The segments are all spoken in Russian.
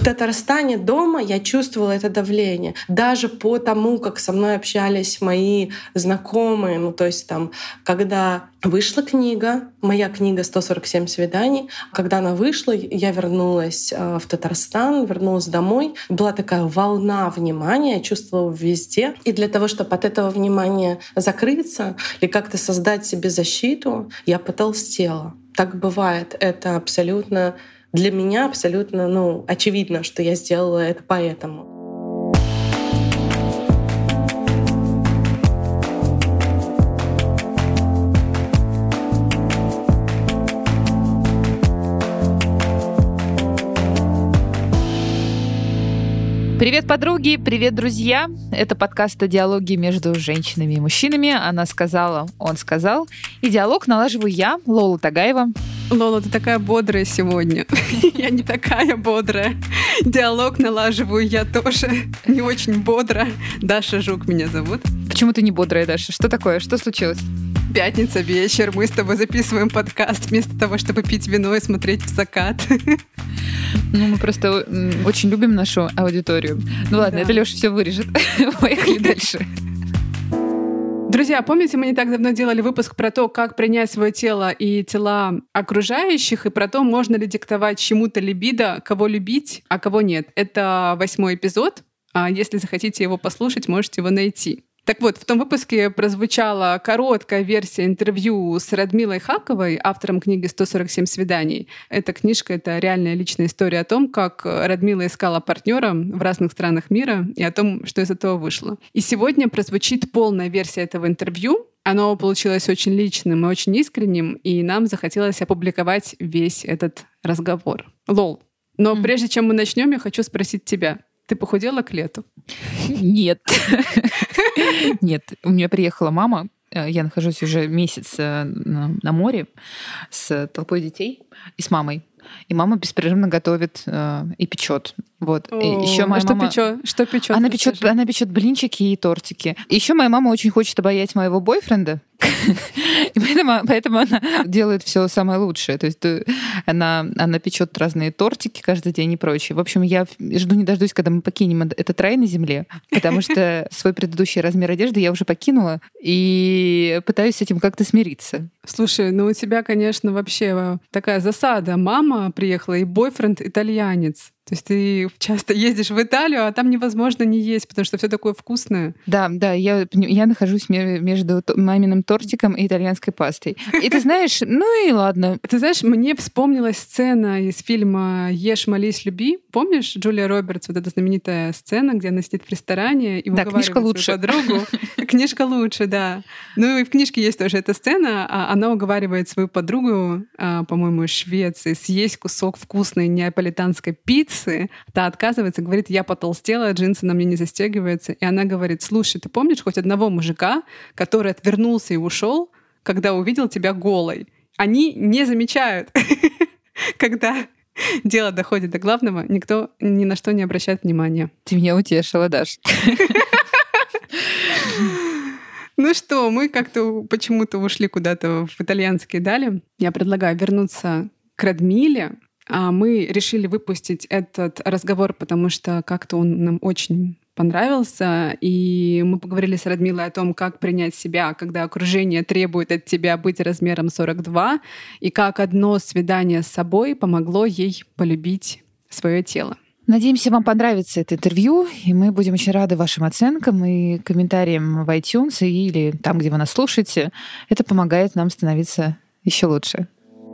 В Татарстане дома я чувствовала это давление. Даже по тому, как со мной общались мои знакомые. Ну, то есть там, когда вышла книга, моя книга «147 свиданий», когда она вышла, я вернулась в Татарстан, вернулась домой. Была такая волна внимания, я чувствовала везде. И для того, чтобы от этого внимания закрыться или как-то создать себе защиту, я потолстела. Так бывает. Это абсолютно для меня абсолютно очевидно, что я сделала это поэтому. Привет, подруги! Привет, друзья! Это подкаст о диалоге между женщинами и мужчинами. Она сказала, он сказал. И диалог налаживаю я, Лола Тагаева. Лола, ты такая бодрая сегодня. Я не такая бодрая. Диалог налаживаю я тоже не очень бодро. Даша Жук меня зовут. Почему ты не бодрая, Даша? Что такое? Что случилось? Пятница, вечер. Мы с тобой записываем подкаст вместо того, чтобы пить вино и смотреть в закат. Мы просто очень любим нашу аудиторию. Ну ладно, это Лёша все вырежет. Поехали дальше. Друзья, помните, мы не так давно делали выпуск про то, как принять свое тело и тела окружающих, и про то, можно ли диктовать чему-то либидо, кого любить, а кого нет. Это 8-й эпизод. Если захотите его послушать, можете его найти. Так вот, в том выпуске прозвучала короткая версия интервью с Радмилой Хаковой, автором книги «147 свиданий». Эта книжка — это реальная личная история о том, как Радмила искала партнера в разных странах мира и о том, что из этого вышло. И сегодня прозвучит полная версия этого интервью. Оно получилось очень личным и очень искренним, и нам захотелось опубликовать весь этот разговор. Лол, но прежде чем мы начнем, я хочу спросить тебя. Ты похудела к лету? Нет. Нет. У меня приехала мама. Я нахожусь уже месяц на море с толпой детей и с мамой. И мама беспрерывно готовит и печет. Вот. Еще моя мама... Что печет? Она печет блинчики и тортики. Еще моя мама очень хочет обаять моего бойфренда. И поэтому она делает все самое лучшее. То есть она печет разные тортики каждый день и прочее. В общем, я жду не дождусь, когда мы покинем этот рай на земле, потому что свой предыдущий размер одежды я уже покинула и пытаюсь с этим как-то смириться. Слушай, у тебя, конечно, вообще такая засада. Мама приехала и бойфренд итальянец. То есть ты часто ездишь в Италию, а там невозможно не есть, потому что все такое вкусное. Да, я нахожусь между маминым тортиком и итальянской пастой. И ты знаешь, ну и ладно. Ты знаешь, мне вспомнилась сцена из фильма «Ешь, молись, люби». Помнишь Джулия Робертс, вот эта знаменитая сцена, где она сидит в ресторане и уговаривает свою подругу? Книжка лучше, да. Ну и в книжке есть тоже эта сцена. Она уговаривает свою подругу, по-моему, из Швеции, съесть кусок вкусной неаполитанской пиццы. Та отказывается, говорит, я потолстела, джинсы на мне не застегиваются. И она говорит, слушай, ты помнишь хоть одного мужика, который отвернулся и ушел, когда увидел тебя голой? Они не замечают, когда дело доходит до главного, никто ни на что не обращает внимания. Ты меня утешила, Даш. Ну что, мы как-то почему-то ушли куда-то в итальянские дали. Я предлагаю вернуться к Радмиле. Мы решили выпустить этот разговор, потому что как-то он нам очень понравился, и мы поговорили с Радмилой о том, как принять себя, когда окружение требует от тебя быть размером 42, и как одно свидание с собой помогло ей полюбить свое тело. Надеемся, вам понравится это интервью, и мы будем очень рады вашим оценкам и комментариям в iTunes или там, где вы нас слушаете. Это помогает нам становиться еще лучше.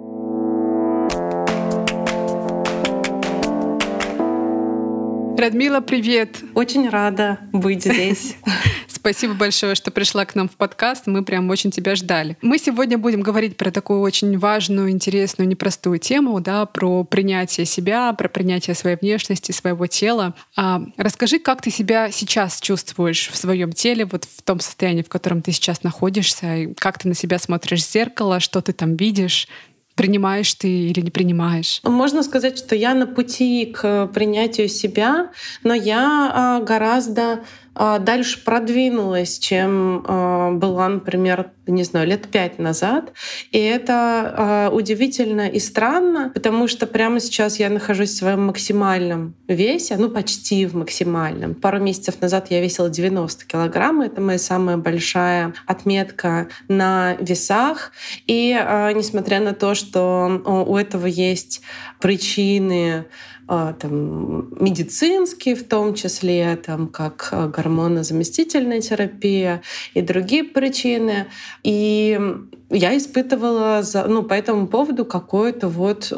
Радмила, привет! Очень рада быть здесь. Спасибо большое, что пришла к нам в подкаст. Мы прям очень тебя ждали. Мы сегодня будем говорить про такую очень важную, интересную, непростую тему, да, про принятие себя, про принятие своей внешности, своего тела. Расскажи, как ты себя сейчас чувствуешь в своем теле, вот в том состоянии, в котором ты сейчас находишься, и как ты на себя смотришь в зеркало, что ты там видишь. Принимаешь ты или не принимаешь? Можно сказать, что я на пути к принятию себя, но я гораздо дальше продвинулась, чем была, например, не знаю, лет 5 назад. И это удивительно и странно, потому что прямо сейчас я нахожусь в своем максимальном весе, ну почти в максимальном. Пару месяцев назад я весила 90 килограмм. Это моя самая большая отметка на весах. И несмотря на то, что у этого есть причины там, медицинские, в том числе, там, как гормонозаместительная терапия и другие причины. И я испытывала по этому поводу какое-то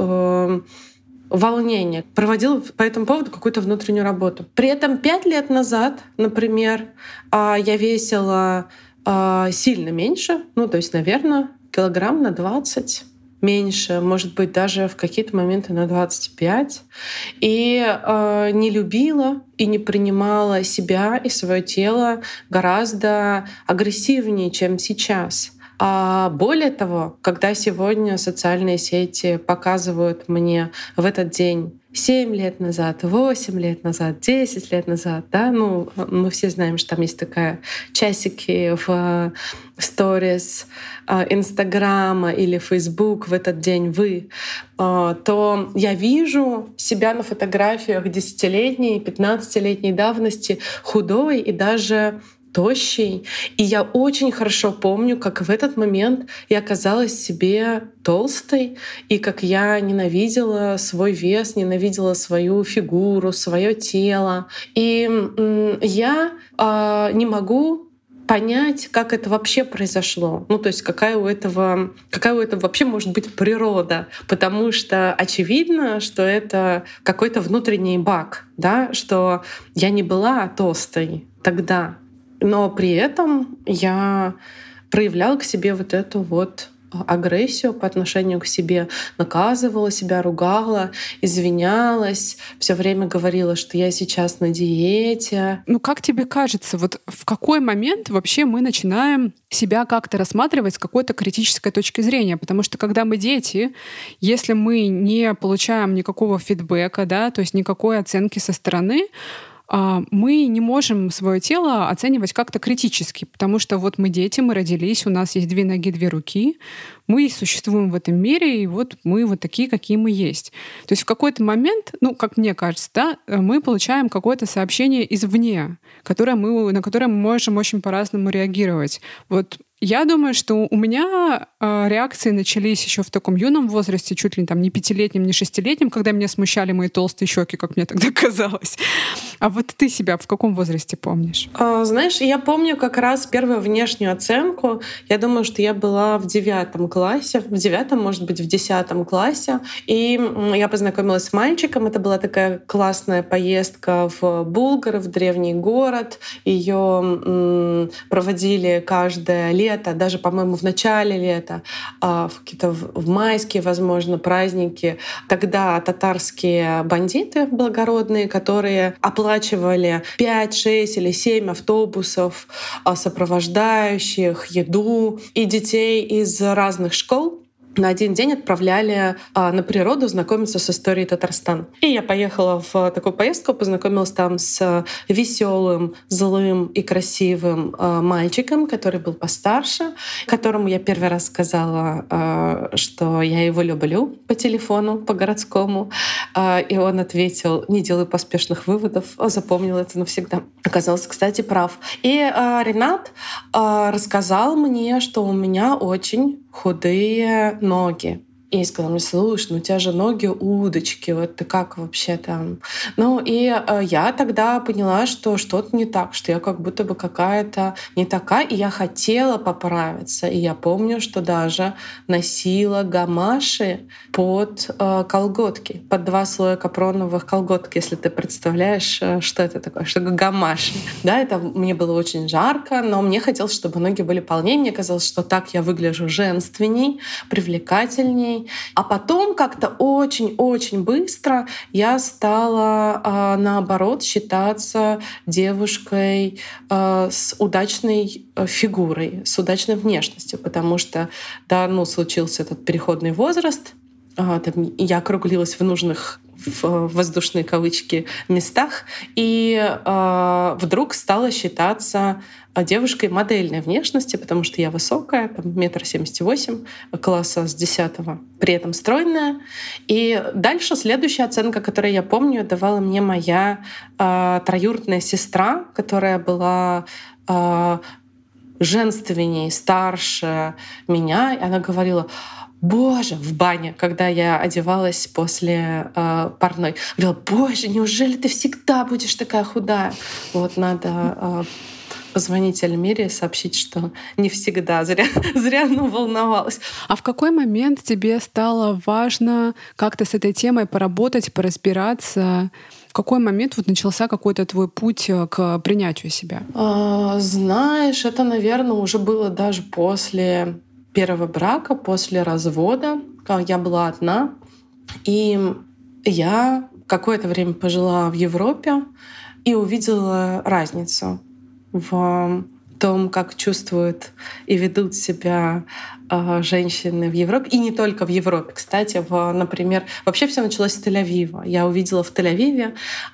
волнение. Проводила по этому поводу какую-то внутреннюю работу. При этом 5 лет назад, например, я весила сильно меньше, то есть, наверное, килограмм на 20 меньше, может быть, даже в какие-то моменты на 25. И не любила и не принимала себя и свое тело гораздо агрессивнее, чем сейчас. А более того, когда сегодня социальные сети показывают мне в этот день 7 лет назад, 8 лет назад, 10 лет назад, да, мы все знаем, что там есть такая часики в сторис Инстаграма или Фейсбук в этот день то я вижу себя на фотографиях 10-летней, 15-летней давности худой и даже тощей. И я очень хорошо помню, как в этот момент я казалась себе толстой, и как я ненавидела свой вес, ненавидела свою фигуру, свое тело. И я не могу понять, как это вообще произошло. То есть какая у этого вообще может быть природа. Потому что очевидно, что это какой-то внутренний баг, да, что я не была толстой тогда. Но при этом я проявляла к себе эту агрессию по отношению к себе, наказывала себя, ругала, извинялась, все время говорила, что я сейчас на диете. Как тебе кажется, в какой момент вообще мы начинаем себя как-то рассматривать с какой-то критической точки зрения? Потому что когда мы дети, если мы не получаем никакого фидбэка, да, то есть никакой оценки со стороны, мы не можем свое тело оценивать как-то критически, потому что мы дети, мы родились, у нас есть 2 ноги, 2 руки, мы существуем в этом мире, и мы такие, какие мы есть. То есть в какой-то момент, как мне кажется, да, мы получаем какое-то сообщение извне, на которое мы можем очень по-разному реагировать. Я думаю, что у меня реакции начались еще в таком юном возрасте, чуть ли не 5-летнем, не 6-летнем, когда меня смущали мои толстые щеки, как мне тогда казалось. А ты себя в каком возрасте помнишь? Знаешь, я помню как раз первую внешнюю оценку. Я думаю, что я была в 9 классе, в 9, может быть, в 10 классе. И я познакомилась с мальчиком. Это была такая классная поездка в Булгары, в древний город. Ее проводили каждое лето, даже, по-моему, в начале лета, какие-то в майские, возможно, праздники. Тогда татарские бандиты благородные, которые оплачивали 5, 6 или 7 автобусов сопровождающих, еду, и детей из разных школ на один день отправляли на природу знакомиться с историей Татарстана. И я поехала в такую поездку, познакомилась там с веселым, злым и красивым мальчиком, который был постарше, которому я первый раз сказала, что я его люблю по телефону, по городскому. И он ответил: не делай поспешных выводов, запомнил это навсегда. Оказался, кстати, прав. И Ренат рассказал мне, что у меня очень худые ноги. И сказал мне: слушай, у тебя же ноги удочки, ты как вообще там? И я тогда поняла, что что-то не так, что я как будто бы какая-то не такая, и я хотела поправиться. И я помню, что даже носила гамаши под колготки, под 2 слоя капроновых колготок, если ты представляешь, что это такое, что гамаши. Да, это мне было очень жарко, но мне хотелось, чтобы ноги были полнее. Мне казалось, что так я выгляжу женственней, привлекательней. А потом как-то очень-очень быстро я стала, наоборот, считаться девушкой с удачной фигурой, с удачной внешностью, потому что, случился этот переходный возраст, я округлилась в нужных в воздушные кавычки местах, и вдруг стала считаться девушкой модельной внешности, потому что я высокая, там, 1,78 м, класса с 10-го, при этом стройная. И дальше следующая оценка, которую я помню, давала мне моя троюродная сестра, которая была женственней, старше меня. И она говорила: «Боже!» в бане, когда я одевалась после парной. Говорила: «Боже, неужели ты всегда будешь такая худая?» Вот надо позвонить Альмире и сообщить, что не всегда. Зря волновалась. А в какой момент тебе стало важно как-то с этой темой поработать, поразбираться? В какой момент вот начался какой-то твой путь к принятию себя? Знаешь, это, наверное, уже было даже после первого брака, после развода, когда я была одна. И я какое-то время пожила в Европе и увидела разницу в том, как чувствуют и ведут себя женщины в Европе. И не только в Европе, кстати. Например, вообще все началось с Тель-Авива. Я увидела в Тель-Авиве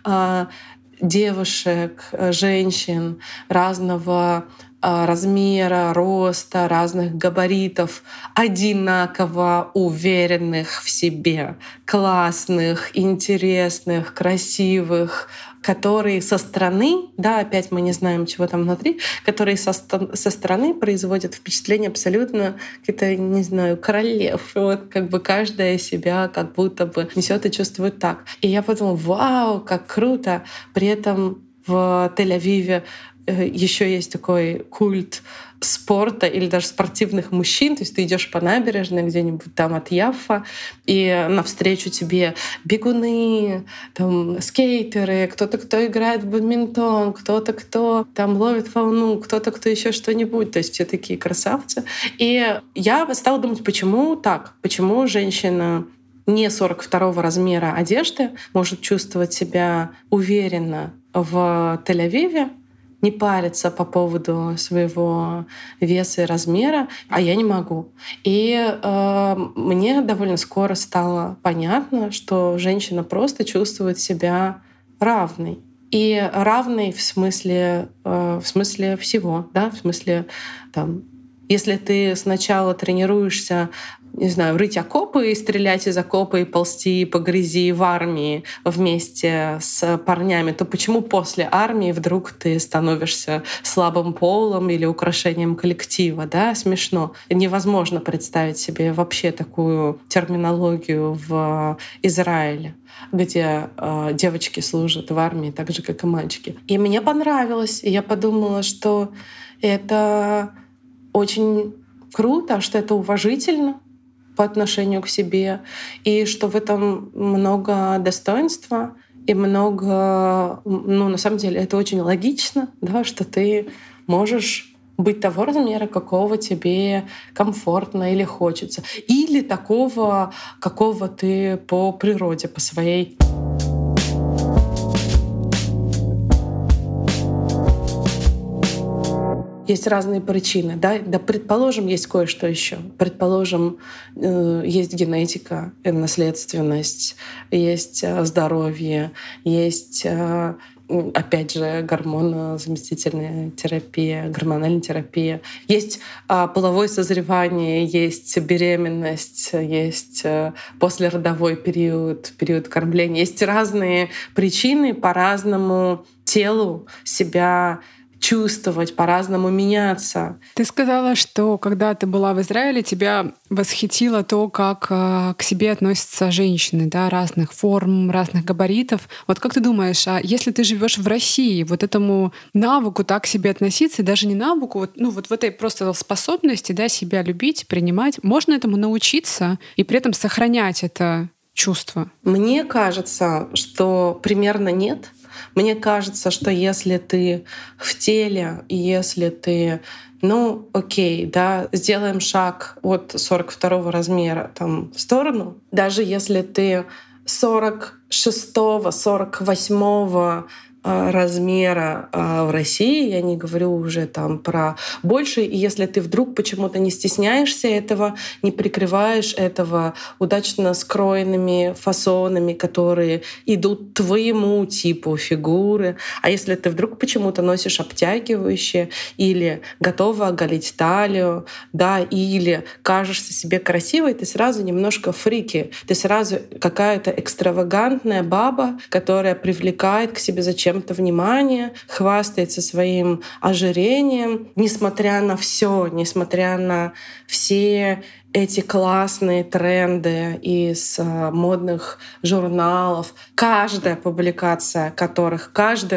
девушек, женщин разного размера, роста, разных габаритов, одинаково уверенных в себе, классных, интересных, красивых, которые со стороны, да, опять мы не знаем, чего там внутри, которые со стороны производят впечатление абсолютно какие-то, не знаю, королев. Вот как бы каждая себя как будто бы несет и чувствует так. И я подумала: вау, как круто! При этом в Тель-Авиве еще есть такой культ спорта или даже спортивных мужчин. То есть ты идешь по набережной где-нибудь там от Яффа, и навстречу тебе бегуны, там, скейтеры, кто-то, кто играет в бадминтон, кто-то, кто там ловит волну, кто-то, кто еще что-нибудь. То есть все такие красавцы. И я стала думать, почему так? Почему женщина не 42-го размера одежды может чувствовать себя уверенно в Тель-Авиве, не париться по поводу своего веса и размера, а я не могу. И мне довольно скоро стало понятно, что женщина просто чувствует себя равной. И равной в смысле всего, да, в смысле там, если ты сначала тренируешься, не знаю, рыть окопы и стрелять из окопа и ползти по грязи в армии вместе с парнями, то почему после армии вдруг ты становишься слабым полом или украшением коллектива? Да? Смешно. Невозможно представить себе вообще такую терминологию в Израиле, где девочки служат в армии так же, как и мальчики. И мне понравилось. И я подумала, что это очень круто, что это уважительно по отношению к себе, и что в этом много достоинства и много... Ну, на самом деле, это очень логично, да, что ты можешь быть того размера, какого тебе комфортно или хочется, или такого, какого ты по природе, по своей... Есть разные причины, да? Да, предположим, есть кое-что еще. Предположим, есть генетика, наследственность, есть здоровье, есть, опять же, гормонозаместительная терапия, гормональная терапия. Есть половое созревание, есть беременность, есть послеродовой период, период кормления. Есть разные причины по-разному телу себя чувствовать, по-разному меняться. Ты сказала, что когда ты была в Израиле, тебя восхитило то, как к себе относятся женщины, да, разных форм, разных габаритов. Вот как ты думаешь, а если ты живешь в России, вот этому навыку так к себе относиться, и даже не навыку, вот, ну вот в этой просто способности, да, себя любить, принимать, можно этому научиться и при этом сохранять это чувство? Мне кажется, что примерно нет. Мне кажется, что если ты в теле, и если ты, ну, окей, да, сделаем шаг от 42-го размера там, в сторону, даже если ты 46-го, 48-го размера в России, я не говорю уже там про больше, и если ты вдруг почему-то не стесняешься этого, не прикрываешь этого удачно скроенными фасонами, которые идут твоему типу фигуры, а если ты вдруг почему-то носишь обтягивающие или готова оголить талию, да, или кажешься себе красивой, ты сразу немножко фрики, ты сразу какая-то экстравагантная баба, которая привлекает к себе зачем-то внимание, хвастается своим ожирением, несмотря на все, несмотря на все эти классные тренды из модных журналов, каждая публикация которых,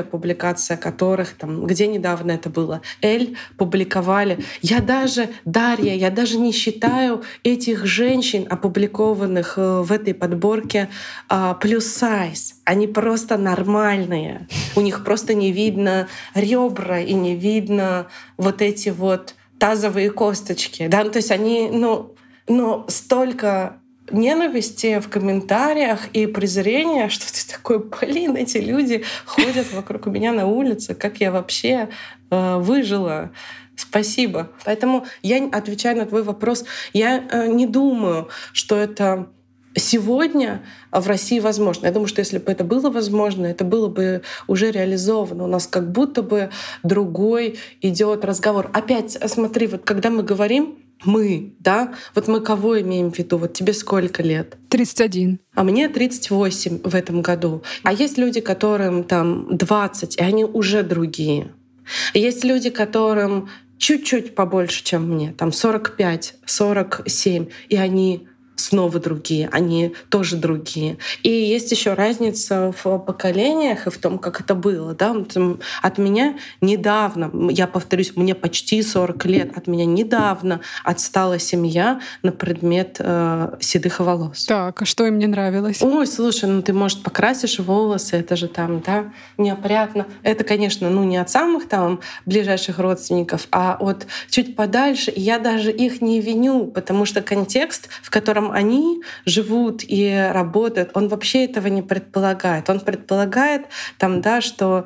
там, где недавно это было, «Эль» публиковали. Я даже не считаю этих женщин, опубликованных в этой подборке, плюс сайз. Они просто нормальные. У них просто не видно ребра и не видно вот эти вот тазовые косточки. Да? То есть они, но столько ненависти в комментариях и презрения, что ты такой, блин, эти люди ходят вокруг меня на улице, как я вообще выжила. Спасибо. Поэтому я, отвечаю на твой вопрос, я не думаю, что это сегодня в России возможно. Я думаю, что если бы это было возможно, это было бы уже реализовано. У нас как будто бы другой идет разговор. Опять смотри, вот когда мы говорим мы, да, вот мы кого имеем в виду? Вот тебе сколько лет? 31. А мне 38 в этом году. А есть люди, которым там 20, и они уже другие. Есть люди, которым чуть-чуть побольше, чем мне, там 45, 47, и они снова другие, они тоже другие. И есть еще разница в поколениях и в том, как это было. Да? От меня недавно, я повторюсь, мне почти 40 лет, от меня недавно отстала семья на предмет седых волос. Так, а что им не нравилось? Ой, слушай, ты, может, покрасишь волосы, это же там, да, неопрятно. Это, конечно, не от самых там ближайших родственников, а от чуть подальше. И я даже их не виню, потому что контекст, в котором они живут и работают, он вообще этого не предполагает. Он предполагает, там, да, что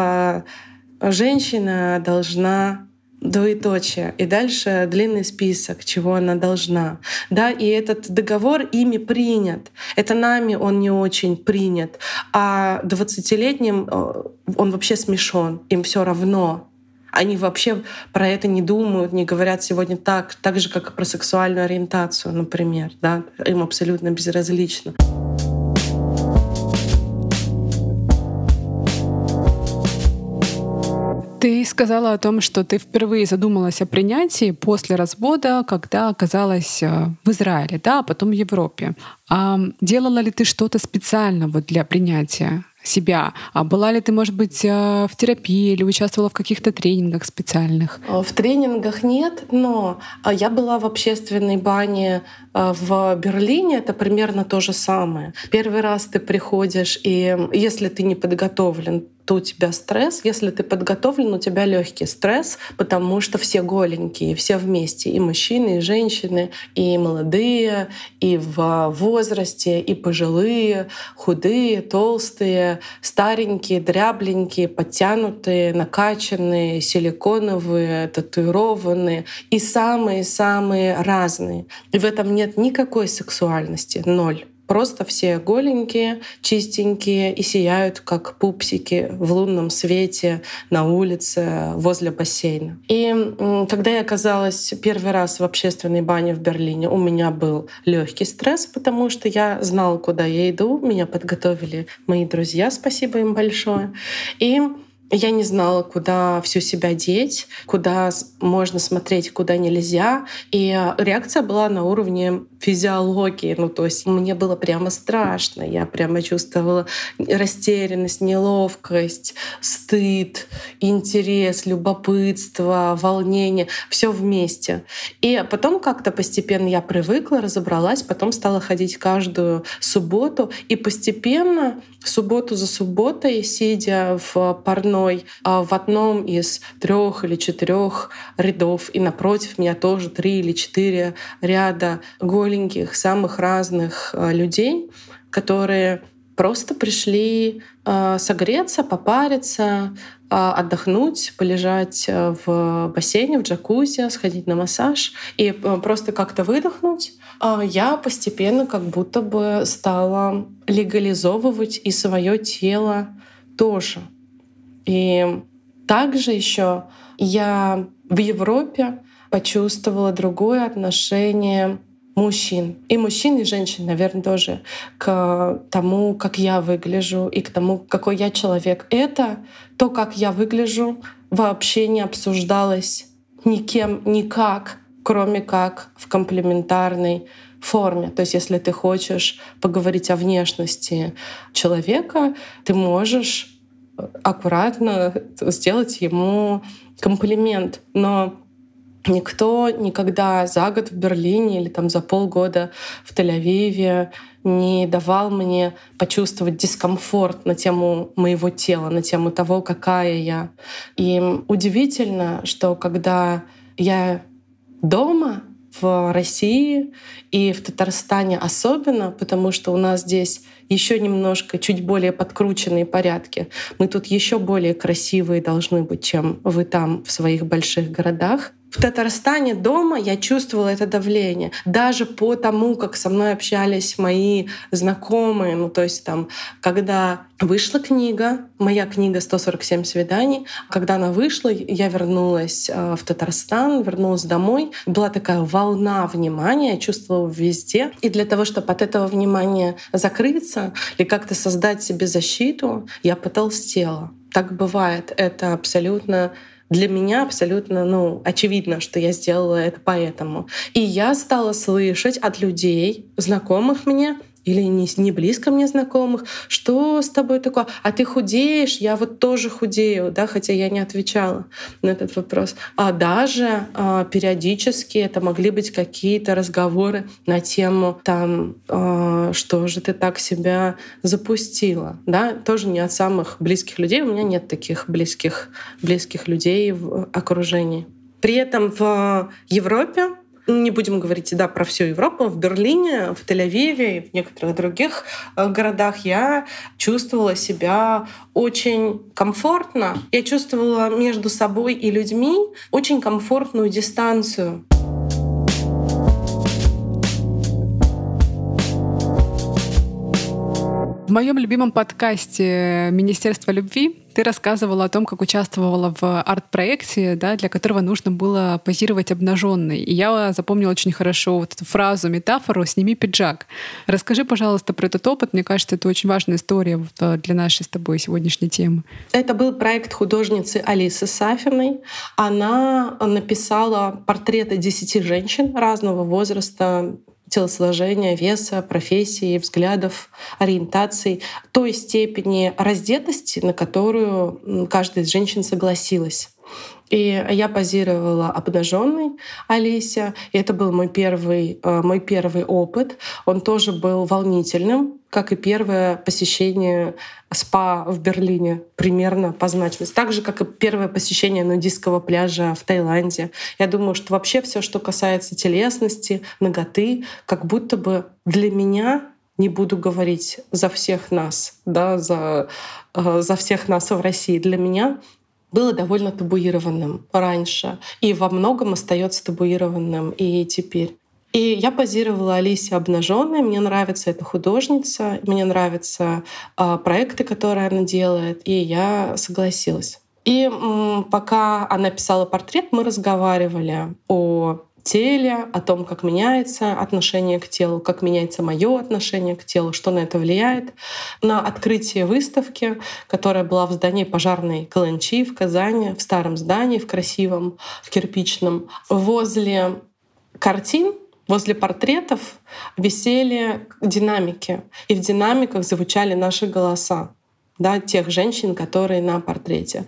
женщина должна двоеточие, и дальше длинный список, чего она должна. Да, и этот договор ими принят. Это нами он не очень принят. А 20-летним он вообще смешон. Им все равно. Они вообще про это не думают, не говорят сегодня так же, как и про сексуальную ориентацию, например. Да? Им абсолютно безразлично. Ты сказала о том, что ты впервые задумалась о принятии после развода, когда оказалась в Израиле, да, а потом в Европе. А делала ли ты что-то специально вот для принятия себя? А была ли ты, может быть, в терапии или участвовала в каких-то тренингах специальных? В тренингах нет, но я была в общественной бане в Берлине. Это примерно то же самое. Первый раз ты приходишь, и если ты не подготовлен, то у тебя стресс. Если ты подготовлен, у тебя легкий стресс, потому что все голенькие, все вместе. И мужчины, и женщины, и молодые, и в возрасте, и пожилые, худые, толстые, старенькие, дрябленькие, подтянутые, накачанные, силиконовые, татуированные. И самые-самые разные. И в этом нет никакой сексуальности, ноль. Просто все голенькие, чистенькие и сияют, как пупсики в лунном свете на улице возле бассейна. И когда я оказалась первый раз в общественной бане в Берлине, у меня был легкий стресс, потому что я знала, куда я иду. Меня подготовили мои друзья, спасибо им большое. И я не знала, куда всю себя деть, куда можно смотреть, куда нельзя. И реакция была на уровне физиологии. То есть мне было прямо страшно. Я прямо чувствовала растерянность, неловкость, стыд, интерес, любопытство, волнение. Все вместе. И потом как-то постепенно я привыкла, разобралась, потом стала ходить каждую субботу. И постепенно, субботу за субботой, сидя в парной в одном из 3 или 4 рядов, и напротив меня тоже 3 или 4 ряда голеньких, самых разных людей, которые просто пришли согреться, попариться, отдохнуть, полежать в бассейне, в джакузи, сходить на массаж и просто как-то выдохнуть. Я постепенно как будто бы стала легализовывать и свое тело тоже. И также еще я в Европе почувствовала другое отношение мужчин. И мужчин, и женщин, наверное, тоже к тому, как я выгляжу, и к тому, какой я человек. Это то, как я выгляжу, вообще не обсуждалось никем, никак, кроме как в комплиментарной форме. То есть если ты хочешь поговорить о внешности человека, ты можешь аккуратно сделать ему комплимент. Но никто никогда за год в Берлине или там за полгода в Тель-Авиве не давал мне почувствовать дискомфорт на тему моего тела, на тему того, какая я. И удивительно, что когда я дома в России и в Татарстане особенно, потому что у нас здесь еще немножко чуть более подкрученные порядки. Мы тут еще более красивые должны быть, чем вы там в своих больших городах. В Татарстане дома я чувствовала это давление. Даже по тому, как со мной общались мои знакомые. Ну, то есть там, когда вышла книга, моя книга «147 свиданий», когда она вышла, я вернулась в Татарстан, вернулась домой. Была такая волна внимания, я чувствовала везде. И для того, чтобы от этого внимания закрыться или как-то создать себе защиту, я потолстела. Так бывает. Это абсолютно для меня абсолютно очевидно, что я сделала это поэтому. И я стала слышать от людей, знакомых мне, или не близко мне знакомых, что с тобой такое? А ты худеешь? Я вот тоже худею, да, хотя я не отвечала на этот вопрос. А даже периодически это могли быть какие-то разговоры на тему там, что же ты так себя запустила, да, тоже не от самых близких людей. У меня нет таких близких людей в окружении. При этом в Европе, не будем говорить, да, про всю Европу, в Берлине, в Тель-Авиве и в некоторых других городах я чувствовала себя очень комфортно. Я чувствовала между собой и людьми очень комфортную дистанцию. В моем любимом подкасте «Министерство любви» ты рассказывала о том, как участвовала в арт-проекте, да, для которого нужно было позировать обнаженной. И я запомнила очень хорошо вот эту фразу, метафору «сними пиджак». Расскажи, пожалуйста, про этот опыт. Мне кажется, это очень важная история для нашей с тобой сегодняшней темы. Это был проект художницы Алисы Сафиной. Она написала портреты 10 женщин разного возраста, телосложения, веса, профессии, взглядов, ориентаций, той степени раздетости, на которую каждая из женщин согласилась. И я позировала обнаженной Алисе, и это был мой первый опыт. Он тоже был волнительным, как и первое посещение спа в Берлине, примерно по значимости. Так же, как и первое посещение нудистского пляжа в Таиланде. Я думаю, что вообще все, что касается телесности, наготы, как будто бы для меня, не буду говорить за всех нас, да, за всех нас в России, для меня было довольно табуированным раньше и во многом остается табуированным и теперь. И я позировала Алисе обнаженной. Мне нравится эта художница, мне нравятся проекты, которые она делает, и я согласилась. И пока она писала портрет, мы разговаривали о теле, о том, как меняется отношение к телу, как меняется мое отношение к телу, что на это влияет. На открытии выставки, которая была в здании пожарной Каланчи в Казани, в старом здании, в красивом, в кирпичном, возле картин, возле портретов висели динамики. И в динамиках звучали наши голоса, да, тех женщин, которые на портрете.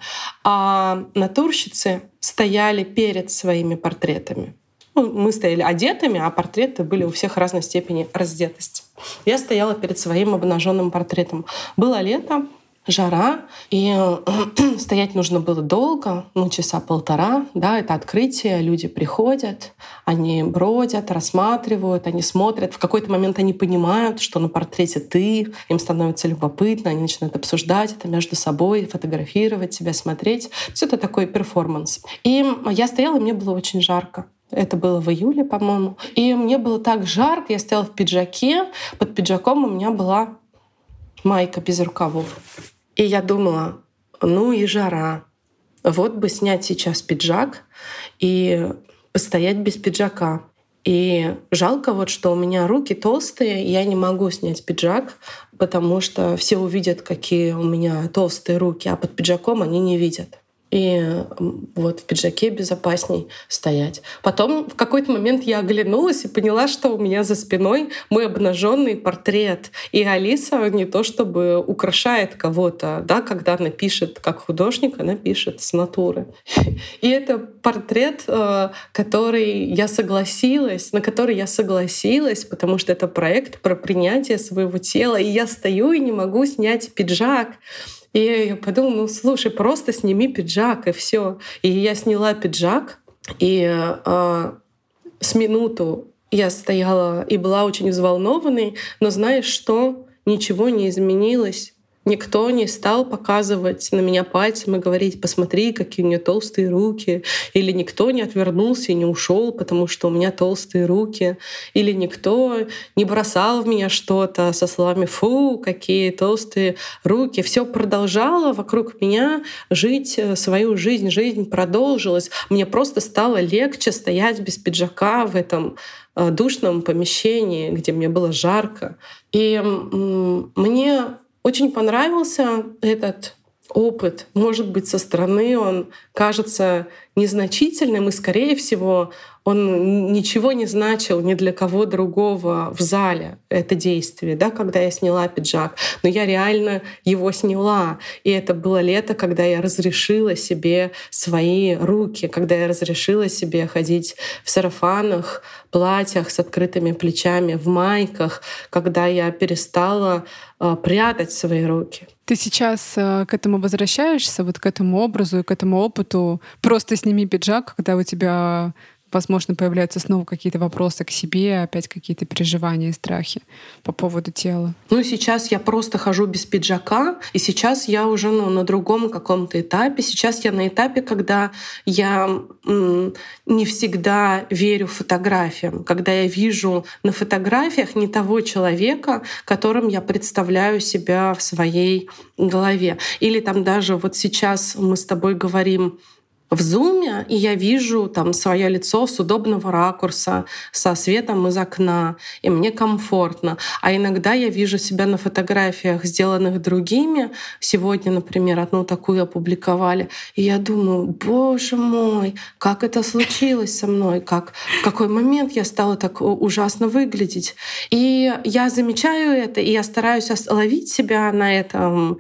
А натурщицы стояли перед своими портретами. Мы стояли одетыми, а портреты были у всех разной степени раздетости. Я стояла перед своим обнаженным портретом. Было лето, жара, и стоять нужно было долго, часа полтора, да, это открытие, люди приходят, они бродят, рассматривают, они смотрят, в какой-то момент они понимают, что на портрете ты, им становится любопытно, они начинают обсуждать это между собой, фотографировать себя, смотреть. Все это такой перформанс. И я стояла, и мне было очень жарко. Это было в июле, по-моему. И мне было так жарко, я стояла в пиджаке, под пиджаком у меня была майка без рукавов. И я думала, и жара. Вот бы снять сейчас пиджак и постоять без пиджака. И жалко вот, что у меня руки толстые, и я не могу снять пиджак, потому что все увидят, какие у меня толстые руки, а под пиджаком они не видят. И вот в пиджаке безопасней стоять. Потом в какой-то момент я оглянулась и поняла, что у меня за спиной мой обнаженный портрет. И Алиса не то чтобы украшает кого-то, да, когда она пишет как художник, она пишет с натуры. И это портрет, на который я согласилась, потому что это проект про принятие своего тела. И я стою и не могу снять пиджак. И я подумала, слушай, просто сними пиджак, и все. И я сняла пиджак, и с минуту я стояла и была очень взволнованной, но знаешь что? Ничего не изменилось. Никто не стал показывать на меня пальцем и говорить: посмотри, какие у нее толстые руки. Или никто не отвернулся и не ушел, потому что у меня толстые руки. Или никто не бросал в меня что-то со словами: фу, какие толстые руки. Все продолжало вокруг меня жить свою жизнь. Жизнь продолжилась. Мне просто стало легче стоять без пиджака в этом душном помещении, где мне было жарко. И мне очень понравился этот опыт. Может быть, со стороны он кажется незначительным, и, скорее всего, он ничего не значил ни для кого другого в зале, это действие, да, когда я сняла пиджак. Но я реально его сняла. И это было лето, когда я разрешила себе свои руки, когда я разрешила себе ходить в сарафанах, платьях с открытыми плечами, в майках, когда я перестала прятать свои руки. Ты сейчас к этому возвращаешься, вот к этому образу и к этому опыту? Просто сними пиджак, когда у тебя, возможно, появляются снова какие-то вопросы к себе, опять какие-то переживания и страхи по поводу тела. Сейчас я просто хожу без пиджака, и сейчас я уже на другом каком-то этапе. Сейчас я на этапе, когда я не всегда верю фотографиям, когда я вижу на фотографиях не того человека, которым я представляю себя в своей голове. Или там даже вот сейчас мы с тобой говорим в зуме, и я вижу там свое лицо с удобного ракурса, со светом из окна, и мне комфортно. А иногда я вижу себя на фотографиях, сделанных другими. Сегодня, например, одну такую опубликовали, и я думаю: боже мой, как это случилось со мной, в какой момент я стала так ужасно выглядеть. И я замечаю это, и я стараюсь ловить себя на этом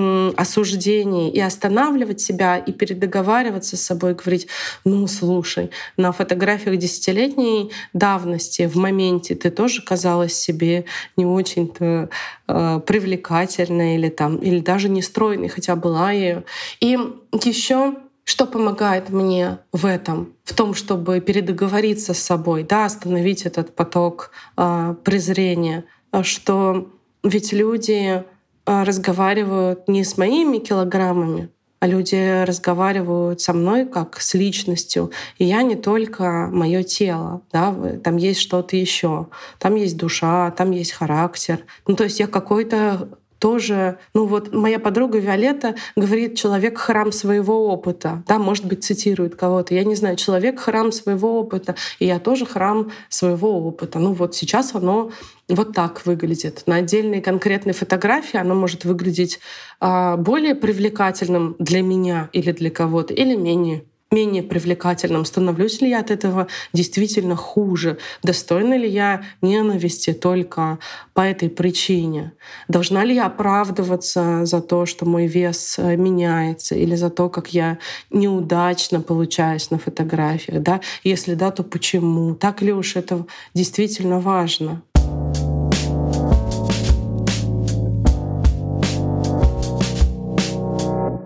осуждении и останавливать себя и передоговариваться с собой, говорить: слушай, на фотографиях десятилетней давности в моменте ты тоже казалась себе не очень-то привлекательной или даже нестройной, хотя была ею. И еще что помогает мне в этом? В том, чтобы передоговориться с собой, да, остановить этот поток презрения, что ведь люди разговаривают не с моими килограммами, а люди разговаривают со мной как с личностью. И я не только мое тело, да, там есть что-то еще, там есть душа, там есть характер. То есть я какой-то тоже, моя подруга Виолетта говорит: человек — храм своего опыта. Да, может быть, цитирует кого-то. Я не знаю, человек — храм своего опыта. И я тоже храм своего опыта. Сейчас оно вот так выглядит. На отдельной конкретной фотографии оно может выглядеть более привлекательным для меня или для кого-то, или менее привлекательным. Становлюсь ли я от этого действительно хуже? Достойна ли я ненависти только по этой причине? Должна ли я оправдываться за то, что мой вес меняется, или за то, как я неудачно получаюсь на фотографиях? Да? Если да, то почему? Так ли уж это действительно важно?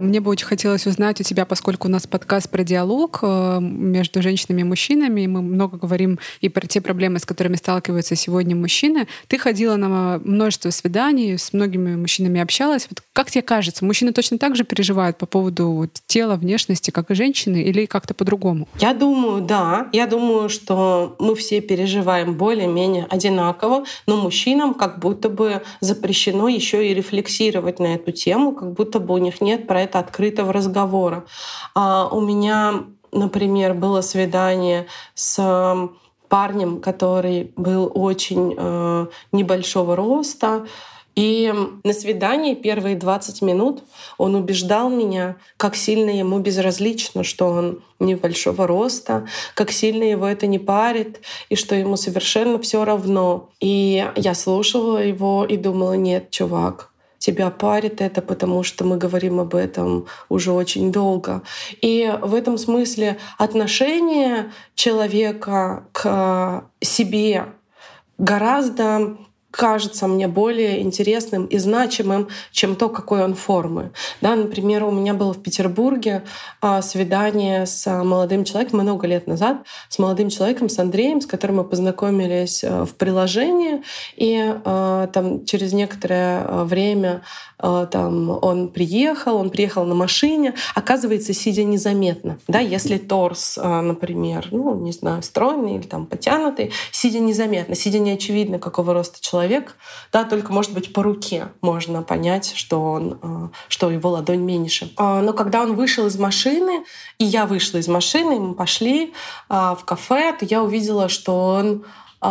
Мне бы очень хотелось узнать у тебя, поскольку у нас подкаст про диалог между женщинами и мужчинами, и мы много говорим и про те проблемы, с которыми сталкиваются сегодня мужчины. Ты ходила на множество свиданий, с многими мужчинами общалась. Вот как тебе кажется, мужчины точно так же переживают по поводу тела, внешности, как и женщины, или как-то по-другому? Я думаю, да. Я думаю, что мы все переживаем более-менее одинаково, но мужчинам как будто бы запрещено еще и рефлексировать на эту тему, как будто бы у них нет про это открытого разговора. У меня, например, было свидание с парнем, который был очень небольшого роста. И на свидании первые 20 минут он убеждал меня, как сильно ему безразлично, что он небольшого роста, как сильно его это не парит, и что ему совершенно все равно. И я слушала его и думала: нет, чувак, тебя парит это, потому что мы говорим об этом уже очень долго. И в этом смысле отношение человека к себе гораздо, кажется мне, более интересным и значимым, чем то, какой он формы. Да, например, у меня было в Петербурге свидание с молодым человеком много лет назад, с молодым человеком, с Андреем, с которым мы познакомились в приложении, и там через некоторое время он приехал на машине, оказывается, сидя незаметно. Да, если торс, например, не знаю, стройный или там потянутый, сидя незаметно, сидя не очевидно, какого роста человек, да, только, может быть, по руке можно понять, что его ладонь меньше. Но когда он вышел из машины, и я вышла из машины, и мы пошли в кафе, то я увидела, что он...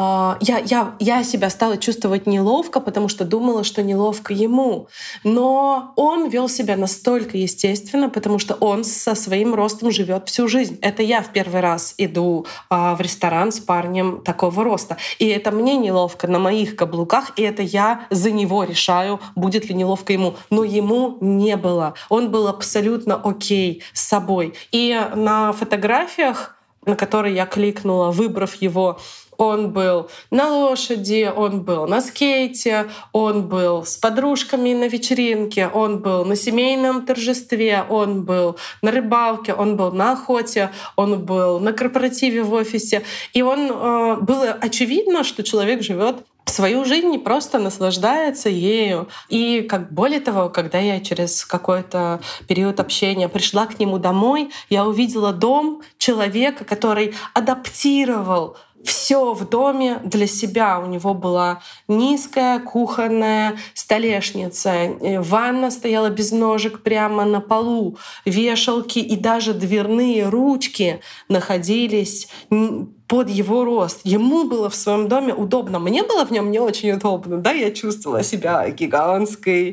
Я себя стала чувствовать неловко, потому что думала, что неловко ему. Но он вел себя настолько естественно, потому что он со своим ростом живет всю жизнь. Это я в первый раз иду в ресторан с парнем такого роста. И это мне неловко на моих каблуках, и это я за него решаю, будет ли неловко ему. Но ему не было. Он был абсолютно окей с собой. И на фотографиях, на которые я кликнула, выбрав его, он был на лошади, он был на скейте, он был с подружками на вечеринке, он был на семейном торжестве, он был на рыбалке, он был на охоте, он был на корпоративе в офисе. И было очевидно, что человек живет свою жизнь и просто наслаждается ею. И более того, когда я через какой-то период общения пришла к нему домой, я увидела дом человека, который адаптировал все в доме для себя. У него была низкая кухонная столешница, ванна стояла без ножек прямо на полу, вешалки и даже дверные ручки находились под его рост. Ему было в своем доме удобно. Мне было в нем не очень удобно. Да, я чувствовала себя гигантской,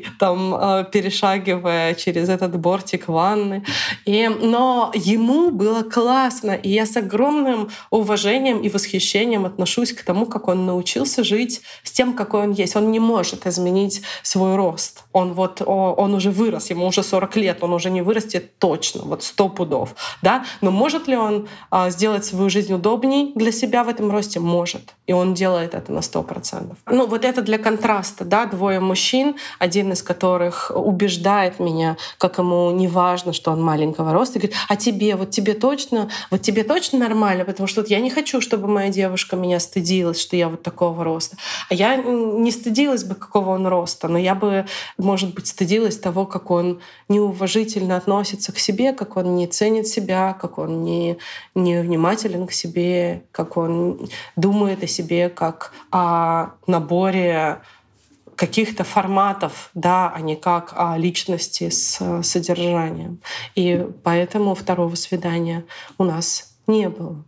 перешагивая через этот бортик ванны. Но ему было классно. И я с огромным уважением и восхищением отношусь к тому, как он научился жить с тем, какой он есть. Он не может изменить свой рост. Он уже вырос, ему уже 40 лет, он уже не вырастет точно, 100 пудов. Да? Но может ли он сделать свою жизнь удобней для себя в этом росте? Может. И он делает это на 100%. Это для контраста. Да? Двое мужчин, один из которых убеждает меня, как ему не важно, что он маленького роста, и говорит: а тебе точно нормально, потому что я не хочу, чтобы моя девушка меня стыдилась, что я такого роста. А я не стыдилась бы, какого он роста, но я бы, может быть, стыдилась того, как он неуважительно относится к себе, как он не ценит себя, как он не внимателен к себе, как он думает о себе как о наборе каких-то форматов, да, а не как о личности с содержанием. И поэтому второго свидания у нас не было.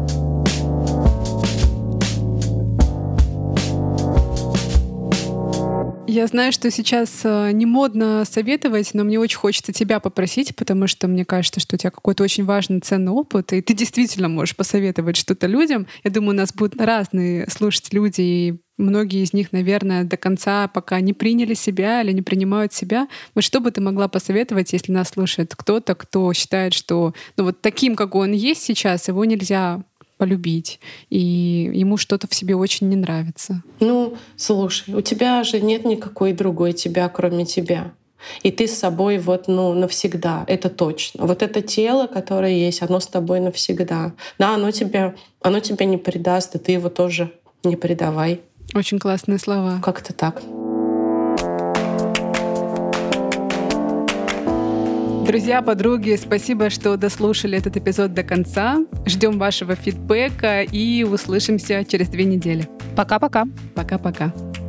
Я знаю, что сейчас не модно советовать, но мне очень хочется тебя попросить, потому что мне кажется, что у тебя какой-то очень важный, ценный опыт, и ты действительно можешь посоветовать что-то людям. Я думаю, у нас будут разные слушать люди, и многие из них, наверное, до конца пока не приняли себя или не принимают себя. Что бы ты могла посоветовать, если нас слушает кто-то, кто считает, что таким, какой он есть сейчас, его нельзя полюбить, и ему что-то в себе очень не нравится? Слушай, у тебя же нет никакой другой тебя, кроме тебя. И ты с собой вот, навсегда, это точно. Вот это тело, которое есть, оно с тобой навсегда. Да, оно тебя не предаст, и ты его тоже не предавай. Очень классные слова. Как-то так. Друзья, подруги, спасибо, что дослушали этот эпизод до конца. Ждем вашего фидбэка и услышимся через 2 недели. Пока-пока. Пока-пока.